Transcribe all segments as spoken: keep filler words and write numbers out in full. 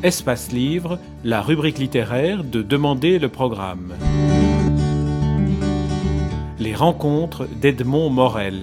Espace Livre, la rubrique littéraire de Demander le programme. Les rencontres d'Edmond Morel.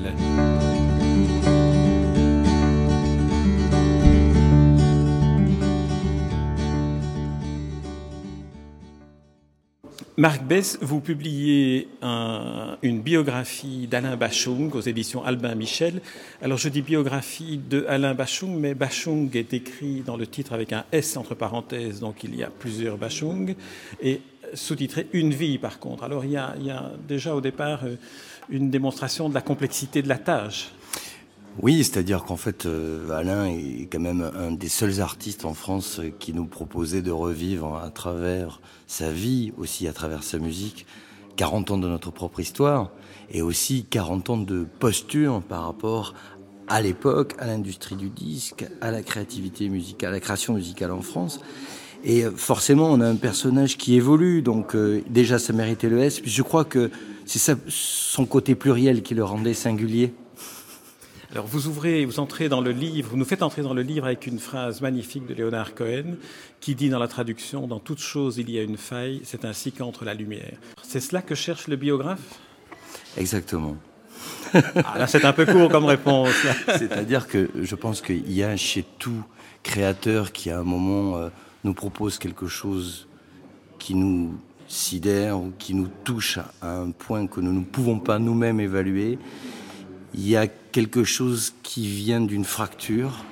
Marc Besse, vous publiez un, une biographie d'Alain Bashung aux éditions Albin Michel. Alors je dis biographie de Alain Bashung, mais Bashung est écrit dans le titre avec un S entre parenthèses, donc il y a plusieurs Bashung, et sous-titré Une vie par contre. Alors il y a, il y a déjà au départ une démonstration de la complexité de la tâche. Oui, c'est-à-dire qu'en fait, euh, Alain est quand même un des seuls artistes en France qui nous proposait de revivre à travers sa vie, aussi à travers sa musique, quarante ans de notre propre histoire, et aussi quarante ans de posture par rapport à l'époque, à l'industrie du disque, à la créativité musicale, à la création musicale en France. Et forcément, on a un personnage qui évolue, donc euh, déjà ça méritait le S. Puis je crois que c'est ça, son côté pluriel qui le rendait singulier. Alors vous ouvrez, vous entrez dans le livre, vous nous faites entrer dans le livre avec une phrase magnifique de Léonard Cohen qui dit dans la traduction « Dans toute chose il y a une faille, c'est ainsi qu'entre la lumière ». C'est cela que cherche le biographe ? Exactement. Ah, là c'est un peu court comme réponse. C'est-à-dire que je pense qu'il y a chez tout créateur qui à un moment euh, nous propose quelque chose qui nous sidère ou qui nous touche à un point que nous ne pouvons pas nous-mêmes évaluer. Il y a quelque chose qui vient d'une fracture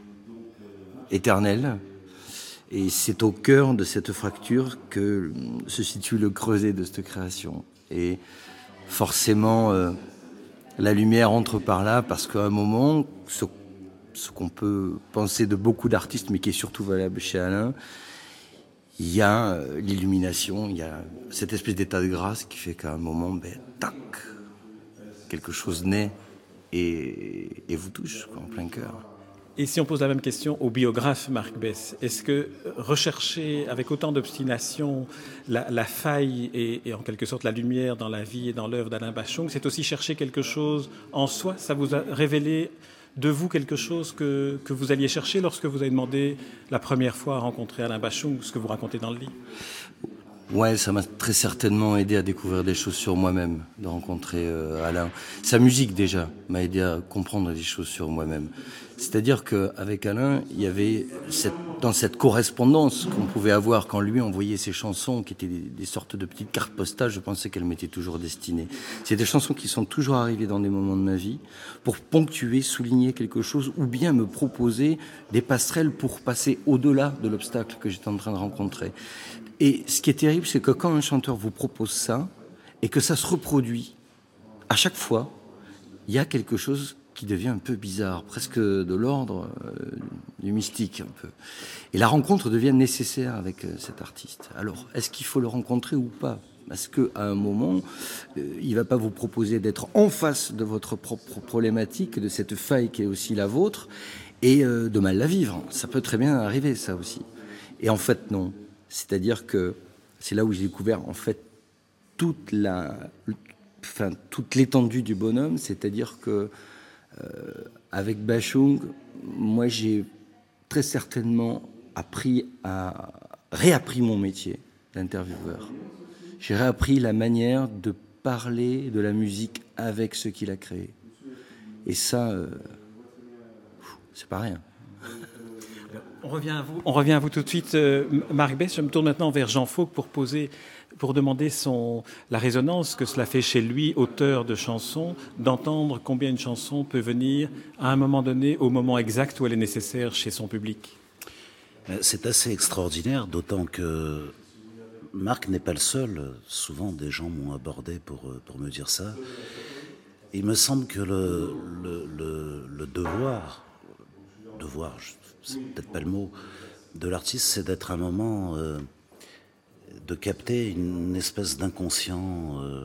éternelle. Et c'est au cœur de cette fracture que se situe le creuset de cette création. Et forcément, euh, la lumière entre par là parce qu'à un moment, ce, ce qu'on peut penser de beaucoup d'artistes, mais qui est surtout valable chez Alain, il y a euh, l'illumination, il y a cette espèce d'état de grâce qui fait qu'à un moment, ben, tac, quelque chose naît. Et, et vous touche quoi, en plein cœur. Et si on pose la même question au biographe Marc Besse, est-ce que rechercher avec autant d'obstination la, la faille et, et en quelque sorte la lumière dans la vie et dans l'œuvre d'Alain Bashung, c'est aussi chercher quelque chose en soi ? Ça vous a révélé de vous quelque chose que, que vous alliez chercher lorsque vous avez demandé la première fois à rencontrer Alain Bashung, ce que vous racontez dans le livre ? Ouais, ça m'a très certainement aidé à découvrir des choses sur moi-même, de rencontrer euh, Alain. Sa musique, déjà, m'a aidé à comprendre des choses sur moi-même. C'est-à-dire qu'avec Alain, il y avait cette, dans cette correspondance qu'on pouvait avoir quand lui envoyait ses chansons, qui étaient des, des sortes de petites cartes postales, je pensais qu'elles m'étaient toujours destinées. C'est des chansons qui sont toujours arrivées dans des moments de ma vie pour ponctuer, souligner quelque chose, ou bien me proposer des passerelles pour passer au-delà de l'obstacle que j'étais en train de rencontrer. Et ce qui est terrible, c'est que quand un chanteur vous propose ça, et que ça se reproduit, à chaque fois, il y a quelque chose qui devient un peu bizarre, presque de l'ordre euh, du mystique un peu. Et la rencontre devient nécessaire avec euh, cet artiste. Alors, est-ce qu'il faut le rencontrer ou pas ? Parce qu'à un moment, euh, il ne va pas vous proposer d'être en face de votre propre problématique, de cette faille qui est aussi la vôtre, et euh, de mal la vivre. Ça peut très bien arriver, ça aussi. Et en fait, non. C'est-à-dire que c'est là où j'ai découvert en fait toute la, enfin toute l'étendue du bonhomme. C'est-à-dire que euh, avec Bashung, moi j'ai très certainement appris à réappris mon métier d'intervieweur. J'ai réappris la manière de parler de la musique avec ce qu'il a créé. Et ça, euh, c'est pas rien. On revient à vous. On revient à vous tout de suite, euh, Marc Besse. Je me tourne maintenant vers Jean Fauque pour poser, pour demander son, la résonance que cela fait chez lui, auteur de chansons, d'entendre combien une chanson peut venir à un moment donné, au moment exact où elle est nécessaire chez son public. C'est assez extraordinaire, d'autant que Marc n'est pas le seul. Souvent, des gens m'ont abordé pour, pour me dire ça. Il me semble que le, le, le, le devoir, devoir, c'est peut-être pas le mot, de l'artiste, c'est d'être un moment, euh, de capter une espèce d'inconscient, euh,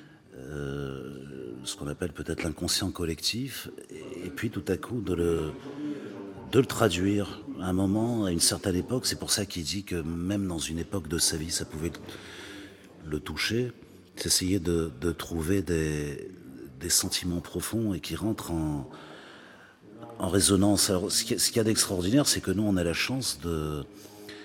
euh, ce qu'on appelle peut-être l'inconscient collectif, et, et puis tout à coup de le, de le traduire à un moment, à une certaine époque. C'est pour ça qu'il dit que même dans une époque de sa vie, ça pouvait le toucher. C'est essayer de, de trouver des, des sentiments profonds et qui rentrent en, en résonance. Alors, ce qu'il y a d'extraordinaire, c'est que nous, on a la chance de,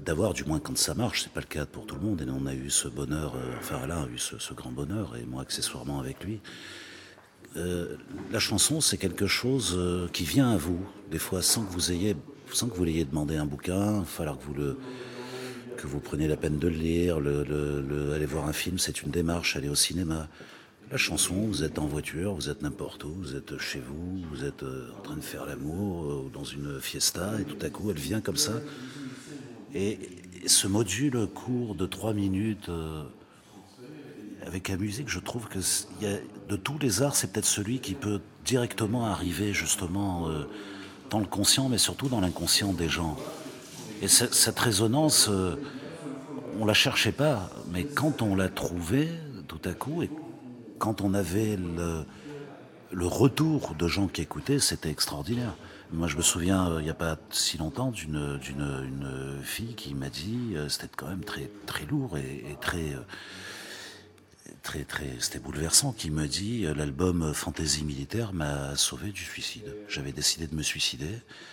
d'avoir, du moins quand ça marche, c'est pas le cas pour tout le monde, et on a eu ce bonheur, euh, enfin Alain a eu ce, ce grand bonheur, et moi accessoirement avec lui. Euh, la chanson, c'est quelque chose euh, qui vient à vous, des fois sans que vous ayez, sans que vous l'ayez demandé un bouquin, il va falloir que vous le, que vous preniez la peine de le lire, le, le, le, aller voir un film, c'est une démarche, aller au cinéma. La chanson, vous êtes en voiture, vous êtes n'importe où, vous êtes chez vous, vous êtes euh, en train de faire l'amour, euh, dans une fiesta, et tout à coup, elle vient comme ça. Et, et ce module court de trois minutes, euh, avec la musique, je trouve que y a, de tous les arts, c'est peut-être celui qui peut directement arriver justement euh, dans le conscient, mais surtout dans l'inconscient des gens. Et c- cette résonance, euh, on la cherchait pas, mais quand on l'a trouvée, tout à coup, et quand on avait le, le retour de gens qui écoutaient, c'était extraordinaire. Moi, je me souviens, euh, il n'y a pas si longtemps, d'une, d'une une fille qui m'a dit, euh, c'était quand même très, très lourd et, et très, euh, très, très, c'était bouleversant, qui me dit, euh, l'album Fantaisie militaire m'a sauvé du suicide. J'avais décidé de me suicider.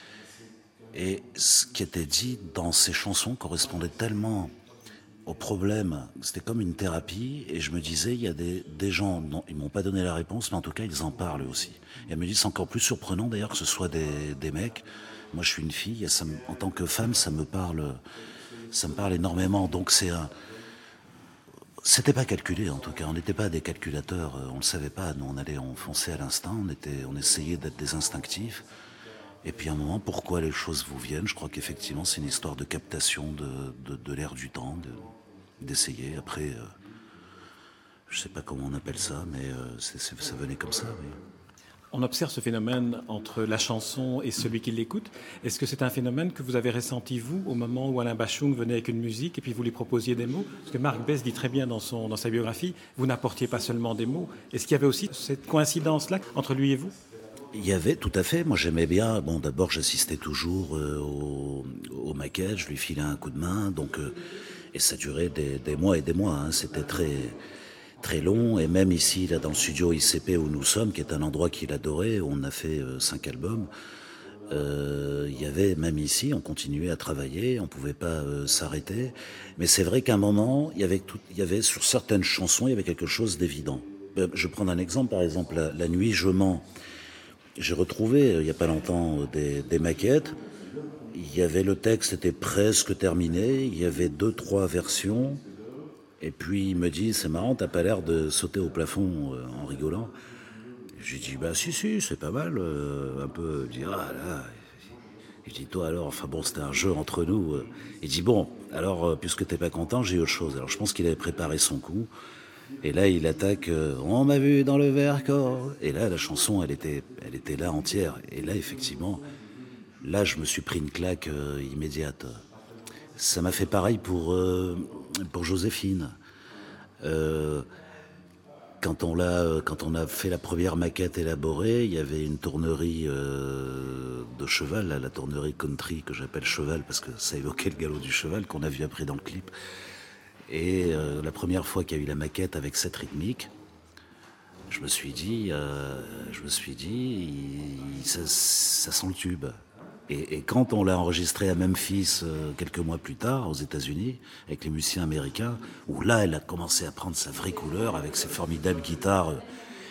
Et ce qui était dit dans ces chansons correspondait tellement au problème, c'était comme une thérapie, et je me disais, il y a des, des gens, non, ils m'ont pas donné la réponse, mais en tout cas, ils en parlent aussi. Et elle me dit, c'est encore plus surprenant d'ailleurs que ce soit des, des mecs. Moi, je suis une fille, et ça me, en tant que femme, ça me parle, ça me parle énormément. Donc c'est un, c'était pas calculé en tout cas, on n'était pas des calculateurs, on le savait pas, nous on allait, on fonçait à l'instinct, on était, on essayait d'être des instinctifs. Et puis à un moment, pourquoi les choses vous viennent? Je crois qu'effectivement, c'est une histoire de captation de, de, de l'air du temps, de, d'essayer. Après, euh, je sais pas comment on appelle ça, mais euh, c'est, c'est, ça venait comme ça. Oui. On observe ce phénomène entre la chanson et celui qui l'écoute. Est-ce que c'est un phénomène que vous avez ressenti, vous, au moment où Alain Bashung venait avec une musique et puis vous lui proposiez des mots? Parce que Marc Besse dit très bien dans, son, dans sa biographie, vous n'apportiez pas seulement des mots. Est-ce qu'il y avait aussi cette coïncidence-là entre lui et vous? Il y avait, tout à fait, moi j'aimais bien, bon d'abord j'assistais toujours euh, aux, aux maquettes, je lui filais un coup de main, donc, euh, et ça durait des, des mois et des mois, hein, c'était très, très long, et même ici, là dans le studio I C P où nous sommes, qui est un endroit qu'il adorait, où on a fait euh, cinq albums, euh, il y avait, même ici, on continuait à travailler, on pouvait pas euh, s'arrêter, mais c'est vrai qu'à un moment, il y avait tout, il y avait sur certaines chansons, il y avait quelque chose d'évident. Euh, je prends un exemple, par exemple, La, la nuit je mens. J'ai retrouvé, il n'y a pas longtemps, des, des maquettes. Il y avait le texte était presque terminé. Il y avait deux, trois versions. Et puis il me dit, c'est marrant, t'as pas l'air de sauter au plafond euh, en rigolant. J'ai dit, bah si, si, c'est pas mal. Euh, un peu, il dit, ah là. Je dis, toi alors, enfin bon, c'était un jeu entre nous. Il dit, bon, alors, euh, puisque t'es pas content, j'ai autre chose. Alors je pense qu'il avait préparé son coup. Et là, il attaque euh, « On m'a vu dans le Vercors ». Et là, la chanson, elle était, elle était là entière. Et là, effectivement, là, je me suis pris une claque euh, immédiate. Ça m'a fait pareil pour, euh, pour Joséphine. Euh, quand, on l'a, quand on a fait la première maquette élaborée, il y avait une tournerie euh, de cheval, là, la tournerie country que j'appelle cheval parce que ça évoquait le galop du cheval qu'on a vu après dans le clip. Et euh, la première fois qu'il y a eu la maquette avec cette rythmique, je me suis dit, euh, je me suis dit, il, ça, ça sent le tube. Et, et quand on l'a enregistré à Memphis euh, quelques mois plus tard, aux États-Unis, avec les musiciens américains, où là, elle a commencé à prendre sa vraie couleur avec ses formidables guitares euh,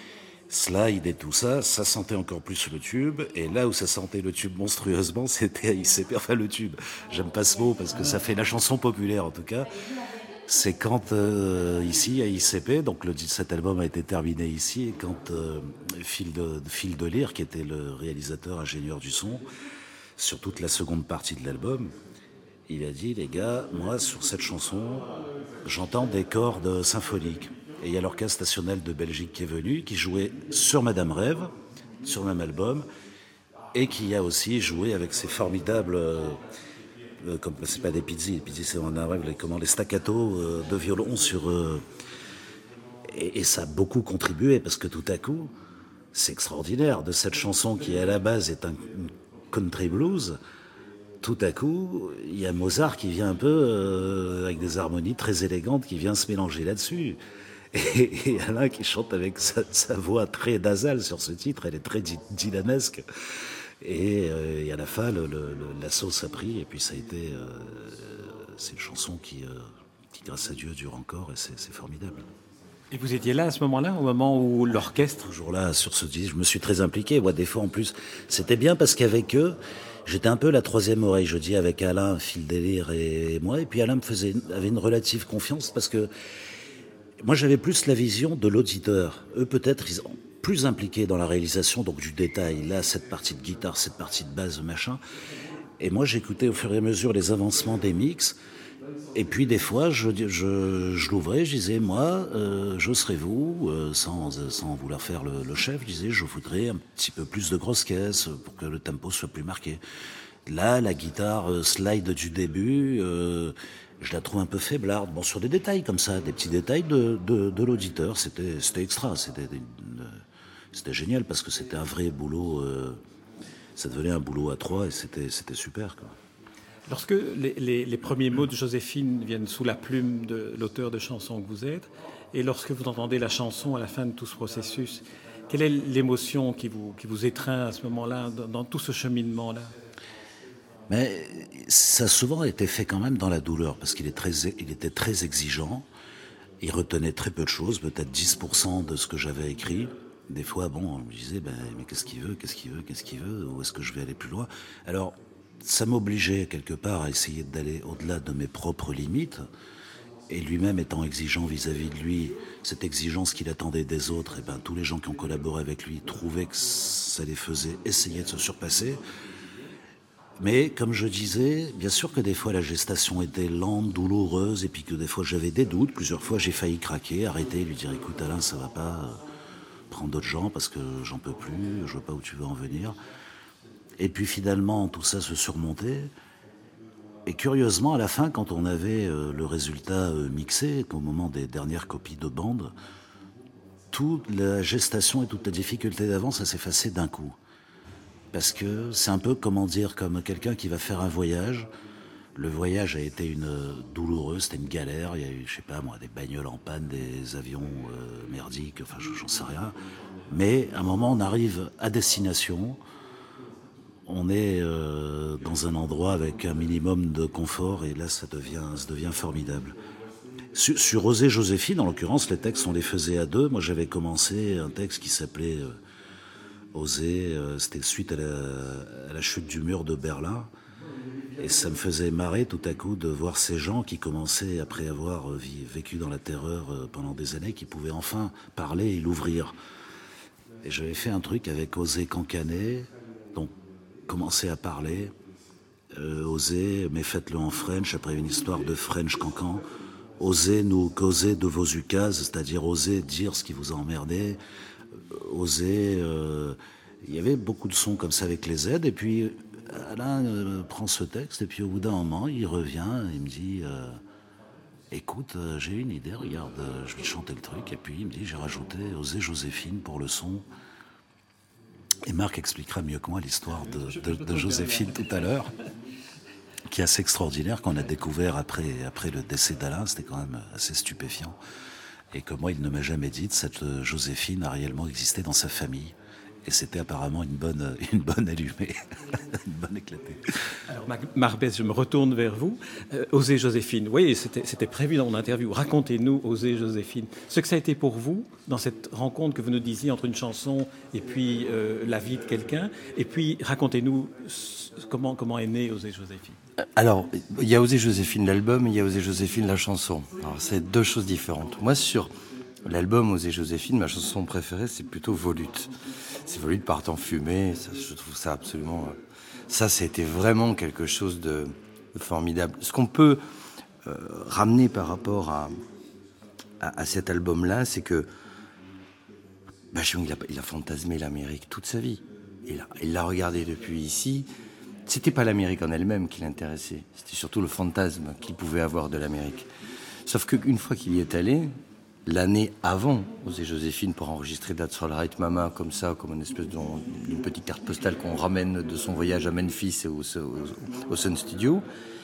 slide et tout ça, ça sentait encore plus le tube. Et là où ça sentait le tube monstrueusement, c'était à I C P, enfin le tube. J'aime pas ce mot parce que ça fait la chanson populaire en tout cas. C'est quand, euh, ici, à I C P, donc le, cet album a été terminé ici, et quand euh, Phil, de, Phil de Lire, qui était le réalisateur, ingénieur du son, sur toute la seconde partie de l'album, il a dit, les gars, moi, sur cette chanson, j'entends des cordes symphoniques. Et il y a l'Orchestre National de Belgique qui est venu, qui jouait sur Madame Rêve, sur le même album, et qui a aussi joué avec ces formidables... Euh, Euh, comme c'est pas des pizzis, les pizzis c'est en arabe, les, comment, les staccatos euh, de violon sur euh, et, et ça a beaucoup contribué parce que tout à coup c'est extraordinaire de cette chanson qui à la base est un une country blues, tout à coup il y a Mozart qui vient un peu euh, avec des harmonies très élégantes qui vient se mélanger là-dessus et, et Alain qui chante avec sa, sa voix très nasale sur ce titre, elle est très dylanesque. Et, euh, et à la fin, le, le, la sauce a pris, et puis ça a été, euh, c'est une chanson qui, euh, qui, grâce à Dieu, dure encore et c'est, c'est formidable. Et vous étiez là à ce moment-là, au moment où l'orchestre... Toujours là, sur ce disque, je me suis très impliqué. Moi, des fois, en plus, c'était bien parce qu'avec eux, j'étais un peu la troisième oreille, je dis, avec Alain, Phil Délire et moi. Et puis Alain me faisait, avait une relative confiance parce que moi, j'avais plus la vision de l'auditeur. Eux, peut-être, ils sont plus impliqués dans la réalisation, donc du détail. Là, cette partie de guitare, cette partie de basse, machin. Et moi, j'écoutais au fur et à mesure les avancements des mix. Et puis, des fois, je, je, je l'ouvrais, je disais, moi, euh, je serais vous, euh, sans, sans vouloir faire le, le chef, je disais, je voudrais un petit peu plus de grosses caisses pour que le tempo soit plus marqué. Là, la guitare euh, slide du début, euh, je la trouve un peu faiblarde. Bon, sur des détails comme ça, des petits détails de, de, de l'auditeur, c'était, c'était extra, c'était, c'était génial parce que c'était un vrai boulot, euh, ça devenait un boulot à trois et c'était, c'était super, quoi. Lorsque les, les, les premiers mots de Joséphine viennent sous la plume de l'auteur de chansons que vous êtes, et lorsque vous entendez la chanson à la fin de tout ce processus, quelle est l'émotion qui vous, qui vous étreint à ce moment-là, dans, dans tout ce cheminement-là ? Mais ça a souvent été fait quand même dans la douleur, parce qu'il est très, il était très exigeant, il retenait très peu de choses, peut-être dix pour cent de ce que j'avais écrit. Des fois, bon, on me disait, ben, mais qu'est-ce qu'il veut, qu'est-ce qu'il veut, qu'est-ce qu'il veut, où est-ce que je vais aller plus loin ? Alors, ça m'obligeait quelque part à essayer d'aller au-delà de mes propres limites, et lui-même étant exigeant vis-à-vis de lui, cette exigence qu'il attendait des autres, et ben tous les gens qui ont collaboré avec lui trouvaient que ça les faisait essayer de se surpasser. Mais comme je disais, bien sûr que des fois la gestation était lente, douloureuse, et puis que des fois j'avais des doutes. Plusieurs fois j'ai failli craquer, arrêter, lui dire écoute Alain, ça va pas, prends d'autres gens parce que j'en peux plus, je vois pas où tu veux en venir. Et puis finalement, tout ça se surmontait. Et curieusement, à la fin, quand on avait euh, le résultat euh, mixé, qu'au moment des dernières copies de bande, toute la gestation et toute la difficulté d'avant, ça s'effaçait d'un coup. Parce que c'est un peu, comment dire, comme quelqu'un qui va faire un voyage. Le voyage a été une euh, douloureuse, c'était une galère. Il y a eu, je sais pas moi, des bagnoles en panne, des avions euh, merdiques, enfin, j'en sais rien. Mais à un moment, on arrive à destination. On est euh, dans un endroit avec un minimum de confort et là, ça devient, ça devient formidable. Sur, sur Osée Joséphine, en l'occurrence, les textes, on les faisait à deux. Moi, j'avais commencé un texte qui s'appelait euh, Osée, euh, c'était suite à la, à la chute du mur de Berlin. Et ça me faisait marrer tout à coup de voir ces gens qui commençaient, après avoir euh, vécu dans la terreur euh, pendant des années, qui pouvaient enfin parler et l'ouvrir. Et j'avais fait un truc avec Osée Cancanet, donc commencer à parler, euh, oser, mais faites-le en French, après une histoire de French cancan, osez nous causer de vos ukases, c'est-à-dire oser dire ce qui vous a emmerdé, euh, oser... Euh, il y avait beaucoup de sons comme ça avec les Z, et puis Alain euh, prend ce texte, et puis au bout d'un moment, il revient, il me dit... Euh, écoute, euh, j'ai une idée, regarde, euh, je vais chanter le truc, et puis il me dit, j'ai rajouté Osée Joséphine pour le son... Et Marc expliquera mieux que moi l'histoire de, de, de Joséphine tout à l'heure, qui est assez extraordinaire, qu'on a découvert après, après le décès d'Alain. C'était quand même assez stupéfiant. Et que moi, il ne m'a jamais dit que cette Joséphine a réellement existé dans sa famille. Et c'était apparemment une bonne, une bonne allumée, une bonne éclatée. Alors, Marbès, je me retourne vers vous. Euh, Osée Joséphine, oui, c'était, c'était prévu dans mon interview. Racontez-nous, Osée Joséphine, ce que ça a été pour vous dans cette rencontre que vous nous disiez entre une chanson et puis euh, la vie de quelqu'un. Et puis, racontez-nous comment, comment est née Osée Joséphine. Alors, il y a Osée Joséphine l'album et il y a Osée Joséphine la chanson. Alors, c'est deux choses différentes. Moi, sur l'album Osée Joséphine, ma chanson préférée, c'est plutôt Volute. C'est Volute par temps fumé, ça, je trouve ça absolument... Ça, c'était vraiment quelque chose de, de formidable. Ce qu'on peut euh, ramener par rapport à, à, à cet album-là, c'est que Bashung, il a, il a fantasmé l'Amérique toute sa vie. Il, a, il l'a regardé depuis ici. C'était pas l'Amérique en elle-même qui l'intéressait. C'était surtout le fantasme qu'il pouvait avoir de l'Amérique. Sauf qu'une fois qu'il y est allé... L'année avant, Osée Joséphine, pour enregistrer That's All Right Mama, comme ça, comme une espèce d'une petite carte postale qu'on ramène de son voyage à Memphis et au, au, au Sun Studio,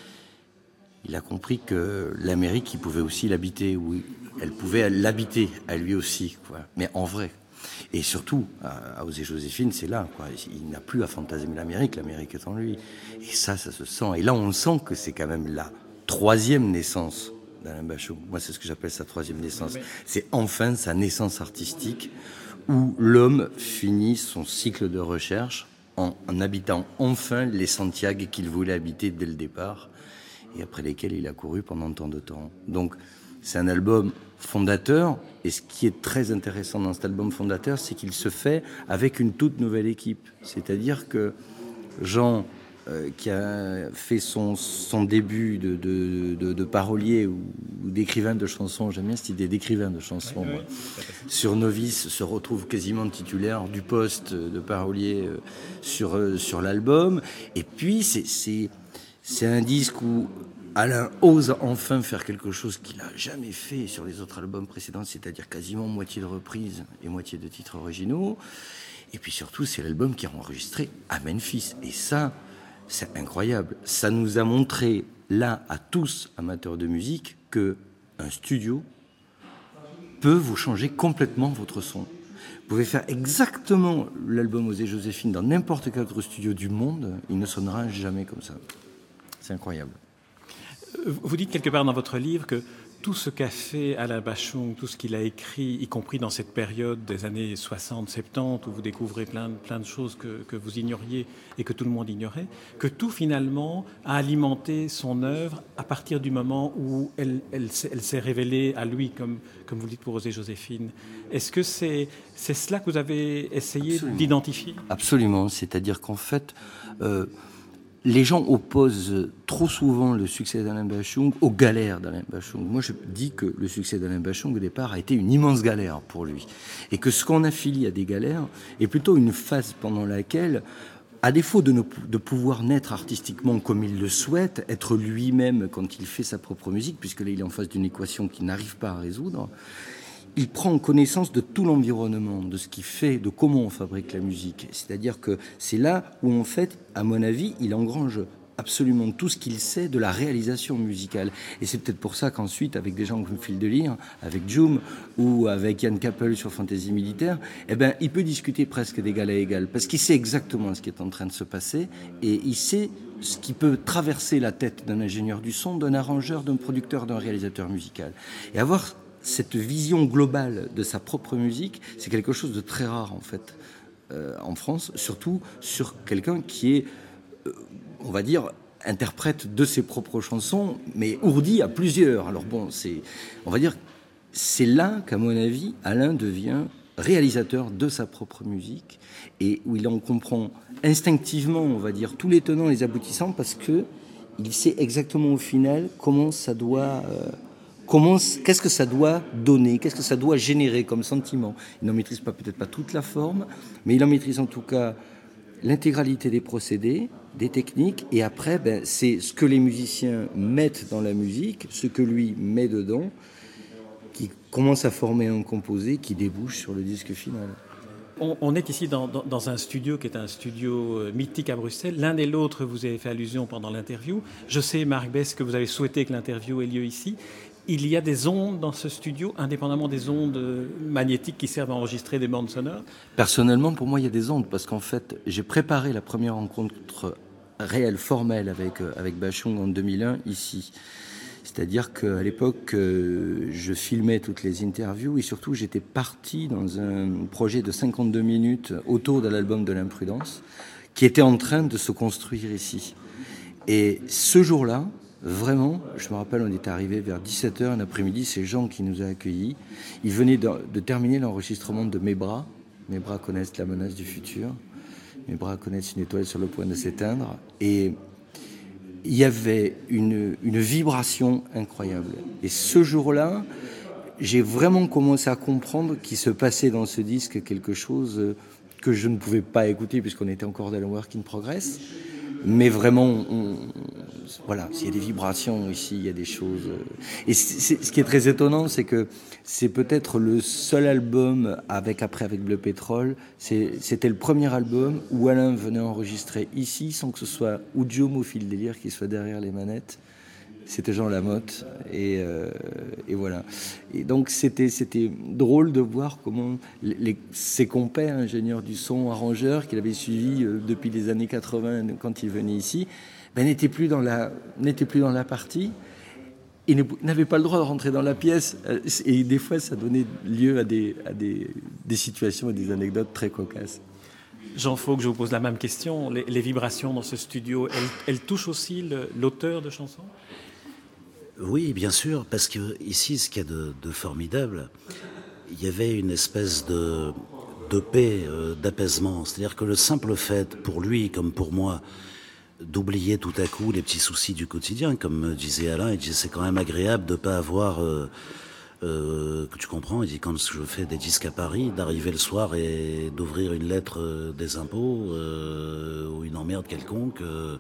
il a compris que l'Amérique, il pouvait aussi l'habiter, ou elle pouvait l'habiter à lui aussi, quoi, mais en vrai. Et surtout, à Osée Joséphine, c'est là, quoi. Il n'a plus à fantasmer l'Amérique, l'Amérique est en lui. Et ça, ça se sent. Et là, on sent que c'est quand même là. troisième naissance d'Alain Bashung. Moi, c'est ce que j'appelle sa troisième naissance. C'est enfin sa naissance artistique où l'homme finit son cycle de recherche en, en habitant enfin les Santiago qu'il voulait habiter dès le départ et après lesquels il a couru pendant tant de temps. Donc, c'est un album fondateur, et ce qui est très intéressant dans cet album fondateur, c'est qu'il se fait avec une toute nouvelle équipe. C'est-à-dire que Jean, euh, qui a fait son, son début de, de, de, de parolier ou, ou d'écrivain de chansons, j'aime bien cette idée d'écrivain de chansons, oui, oui. Sur Novice, se retrouve quasiment titulaire du poste de parolier euh, sur, euh, sur l'album. Et puis, c'est, c'est, c'est un disque où Alain ose enfin faire quelque chose qu'il n'a jamais fait sur les autres albums précédents, c'est-à-dire quasiment moitié de reprises et moitié de titres originaux. Et puis surtout, c'est l'album qui est enregistré à Memphis. Et ça, c'est incroyable. Ça nous a montré, là, à tous amateurs de musique, qu'un studio peut vous changer complètement votre son. Vous pouvez faire exactement l'album Osée Joséphine dans n'importe quel autre studio du monde, il ne sonnera jamais comme ça. C'est incroyable. Vous dites quelque part dans votre livre que tout ce qu'a fait Alain Bashung, tout ce qu'il a écrit, y compris dans cette période des années soixante soixante-dix, où vous découvrez plein, plein de choses que, que vous ignoriez et que tout le monde ignorait, que tout finalement a alimenté son œuvre à partir du moment où elle, elle, elle s'est révélée à lui, comme, comme vous le dites pour Osée Joséphine. Est-ce que c'est, c'est cela que vous avez essayé Absolument. d'identifier ? Absolument, c'est-à-dire qu'en fait... Euh, les gens opposent trop souvent le succès d'Alain Bashung aux galères d'Alain Bashung. Moi, je dis que le succès d'Alain Bashung, au départ, a été une immense galère pour lui. Et que ce qu'on affilie à des galères est plutôt une phase pendant laquelle, à défaut de, ne, de pouvoir naître artistiquement comme il le souhaite, être lui-même quand il fait sa propre musique, puisque là, il est en face d'une équation qu'il n'arrive pas à résoudre, il prend connaissance de tout l'environnement, de ce qui fait, de comment on fabrique la musique. C'est-à-dire que c'est là où, en fait, à mon avis, il engrange absolument tout ce qu'il sait de la réalisation musicale. Et c'est peut-être pour ça qu'ensuite, avec des gens comme Phil Delire, avec Jum ou avec Yann Kappel sur Fantaisie militaire, eh ben, il peut discuter presque d'égal à égal, parce qu'il sait exactement ce qui est en train de se passer et il sait ce qui peut traverser la tête d'un ingénieur du son, d'un arrangeur, d'un producteur, d'un réalisateur musical. Et avoir cette vision globale de sa propre musique, c'est quelque chose de très rare en fait euh, en France, surtout sur quelqu'un qui est, euh, on va dire, interprète de ses propres chansons, mais ourdi à plusieurs. Alors bon, c'est, on va dire, c'est là qu'à mon avis, Alain devient réalisateur de sa propre musique et où il en comprend instinctivement, on va dire, tous les tenants et les aboutissants parce que il sait exactement au final comment ça doit euh, Comment, qu'est-ce que ça doit donner, qu'est-ce que ça doit générer comme sentiment. Il n'en maîtrise pas, peut-être pas toute la forme, mais il en maîtrise en tout cas l'intégralité des procédés, des techniques, et après, ben, c'est ce que les musiciens mettent dans la musique, ce que lui met dedans, qui commence à former un composé qui débouche sur le disque final. On, on est ici dans, dans, dans un studio qui est un studio mythique à Bruxelles. L'un et l'autre, vous avez fait allusion pendant l'interview. Je sais, Marc Besse, que vous avez souhaité que l'interview ait lieu ici. Il y a des ondes dans ce studio, indépendamment des ondes magnétiques qui servent à enregistrer des bandes sonores ? Personnellement, pour moi, il y a des ondes, parce qu'en fait, j'ai préparé la première rencontre réelle, formelle avec, avec Bashung en deux mille un, ici. C'est-à-dire qu'à l'époque, je filmais toutes les interviews et surtout, j'étais parti dans un projet de cinquante-deux minutes autour de l'album de l'imprudence qui était en train de se construire ici. Et ce jour-là, vraiment, je me rappelle, on était arrivé vers dix-sept heures, un après-midi, c'est Jean qui nous a accueillis. Il venait de, de terminer l'enregistrement de Mes bras. Mes bras connaissent la menace du futur. Mes bras connaissent une étoile sur le point de s'éteindre. Et il y avait une, une vibration incroyable. Et ce jour-là, j'ai vraiment commencé à comprendre qu'il se passait dans ce disque quelque chose que je ne pouvais pas écouter puisqu'on était encore dans le work in progress. Mais vraiment, on, voilà, s'il y a des vibrations ici, il y a des choses. Et c'est, c'est, ce qui est très étonnant, c'est que c'est peut-être le seul album, avec après avec Bleu Pétrole, c'est, c'était le premier album où Alain venait enregistrer ici, sans que ce soit ou Jum ou Phil Delire qui soit derrière les manettes. C'était Jean Lamotte, et, euh, et voilà. Et donc c'était, c'était drôle de voir comment les, ses compères, ingénieurs du son, arrangeurs, qu'il avait suivis euh, depuis les années quatre-vingts quand il venait ici, ben, n'étaient plus dans la, n'étaient plus dans la partie. il n'avait pas le droit de rentrer dans la pièce. Et des fois, ça donnait lieu à des, à des, des situations et des anecdotes très cocasses. Jean Fauque, je vous pose la même question. Les, les vibrations dans ce studio, elles, elles touchent aussi le, l'auteur de chansons ? Oui, bien sûr, parce que ici, ce qu'il y a de, de formidable, il y avait une espèce de, de paix, euh, d'apaisement. C'est-à-dire que le simple fait, pour lui comme pour moi, d'oublier tout à coup les petits soucis du quotidien, comme disait Alain, il disait c'est quand même agréable de pas avoir, euh, euh, que tu comprends, il dit quand je fais des disques à Paris, d'arriver le soir et d'ouvrir une lettre euh, des impôts euh, ou une emmerde quelconque. Euh,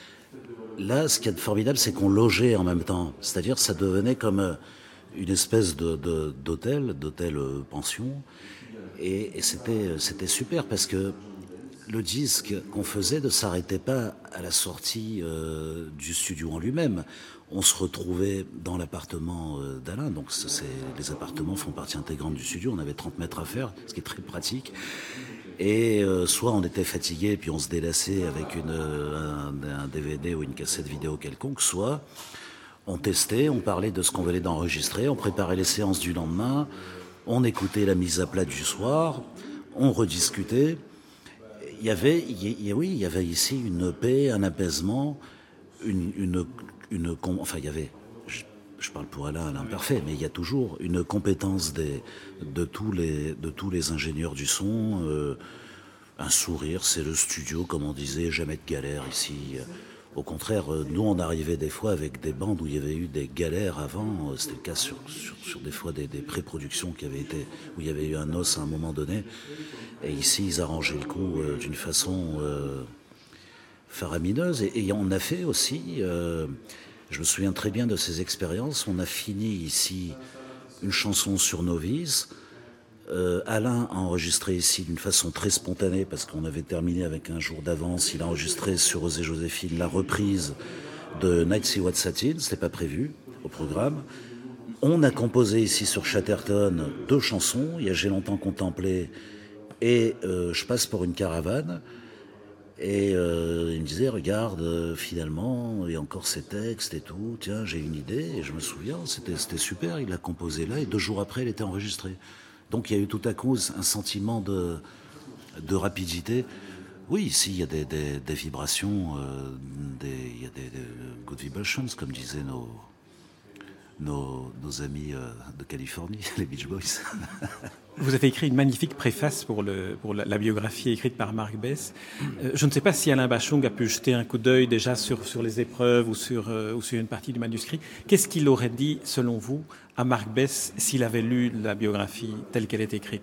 là, ce qu'il y a de formidable, c'est qu'on logeait en même temps, c'est-à-dire ça devenait comme une espèce de, de, d'hôtel, d'hôtel euh, pension, et, et c'était, c'était super parce que le disque qu'on faisait ne s'arrêtait pas à la sortie euh, du studio en lui-même. On se retrouvait dans l'appartement euh, d'Alain, donc c'est, les appartements font partie intégrante du studio, on avait trente mètres à faire, ce qui est très pratique. Et euh, soit on était fatigué puis on se délaçait avec une, un, un D V D ou une cassette vidéo quelconque, soit on testait, on parlait de ce qu'on venait d'enregistrer, on préparait les séances du lendemain, on écoutait la mise à plat du soir, on rediscutait. Il y avait, il y, oui, il y avait ici une paix, un apaisement, une, une, une, enfin, il y avait, je, je parle pour Alain, Alain parfait, mais il y a toujours une compétence des, de tous les, de tous les ingénieurs du son, euh, un sourire, c'est le studio, comme on disait, jamais de galère ici. Au contraire, nous, on arrivait des fois avec des bandes où il y avait eu des galères avant. C'était le cas sur, sur, sur des fois des, des pré-productions qui avaient été, où il y avait eu un os à un moment donné. Et ici, ils arrangeaient le coup euh, d'une façon euh, faramineuse. Et, et on a fait aussi, euh, je me souviens très bien de ces expériences, on a fini ici une chanson sur Novice. Euh, Alain a enregistré ici d'une façon très spontanée, parce qu'on avait terminé avec un jour d'avance. Il a enregistré sur Rose et Joséphine la reprise de Night See What Satin, c'était pas prévu au programme. On a composé ici sur Chatterton deux chansons, il y a J'ai longtemps contemplé et euh, Je passe pour une caravane. Et euh, il me disait, regarde, euh, finalement, il y a encore ces textes et tout, tiens, j'ai une idée. Et je me souviens, c'était, c'était super, il l'a composé là, et deux jours après, elle était enregistrée. Donc il y a eu tout à coup un sentiment de, de rapidité. Oui, ici, il y a des, des, des vibrations, euh, des, il y a des, des good vibrations, comme disaient nos, nos, nos amis euh, de Californie, les Beach Boys. Vous avez écrit une magnifique préface pour, le, pour la, la biographie écrite par Marc Besse. Euh, je ne sais pas si Alain Bachung a pu jeter un coup d'œil déjà sur, sur les épreuves ou sur, euh, ou sur une partie du manuscrit. Qu'est-ce qu'il aurait dit, selon vous, à Marc Besse s'il avait lu la biographie telle qu'elle est écrite ?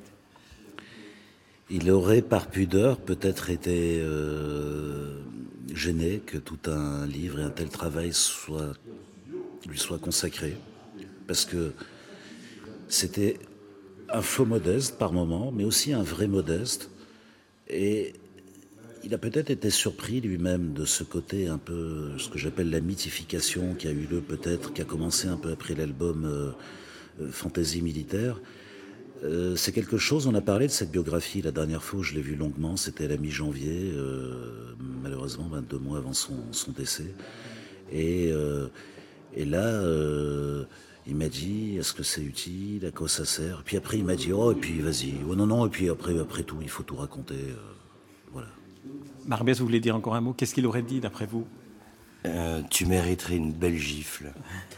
Il aurait, par pudeur, peut-être été euh, gêné que tout un livre et un tel travail soit, lui soit consacré. Parce que c'était un faux modeste par moment, mais aussi un vrai modeste. Et il a peut-être été surpris lui-même de ce côté un peu, ce que j'appelle la mythification qui a eu lieu peut-être, qui a commencé un peu après l'album euh, euh, Fantaisie militaire. Euh, c'est quelque chose, on a parlé de cette biographie la dernière fois où je l'ai vue longuement, c'était à la mi-janvier, euh, malheureusement vingt-deux mois avant son, son décès. Et, euh, et là... Euh, il m'a dit, est-ce que c'est utile, à quoi ça sert ? Puis après, il m'a dit, oh, et puis vas-y. Oh non, non, et puis après, après tout, il faut tout raconter. Euh, voilà. Marc Besse, vous voulez dire encore un mot ? Qu'est-ce qu'il aurait dit, d'après vous ? euh, Tu mériterais une belle gifle.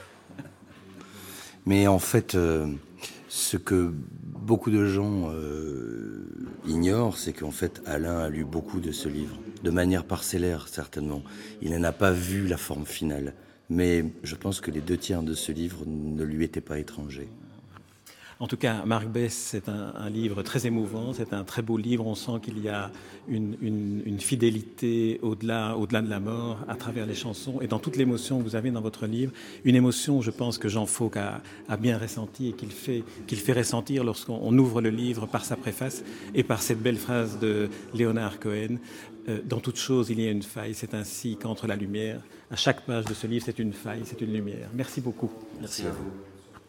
Mais en fait, euh, ce que beaucoup de gens euh, ignorent, c'est qu'en fait, Alain a lu beaucoup de ce livre, de manière parcellaire, certainement. Il n'en a pas vu la forme finale. Mais je pense que les deux tiers de ce livre ne lui étaient pas étrangers. En tout cas, Marc Besse, c'est un, un livre très émouvant, c'est un très beau livre. On sent qu'il y a une, une, une fidélité au-delà, au-delà de la mort, à travers les chansons et dans toute l'émotion que vous avez dans votre livre. Une émotion, je pense, que Jean Fauque a, a bien ressentie et qu'il fait, qu'il fait ressentir lorsqu'on ouvre le livre par sa préface et par cette belle phrase de Léonard Cohen. Euh, dans toute chose, il y a une faille. C'est ainsi qu'entre la lumière, à chaque page de ce livre, c'est une faille, c'est une lumière. Merci beaucoup. Merci à vous.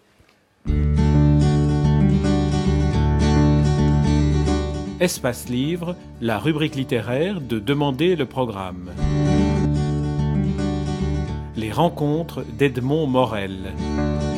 Espace Livre, la rubrique littéraire de Demander le programme. Les rencontres d'Edmond Morel.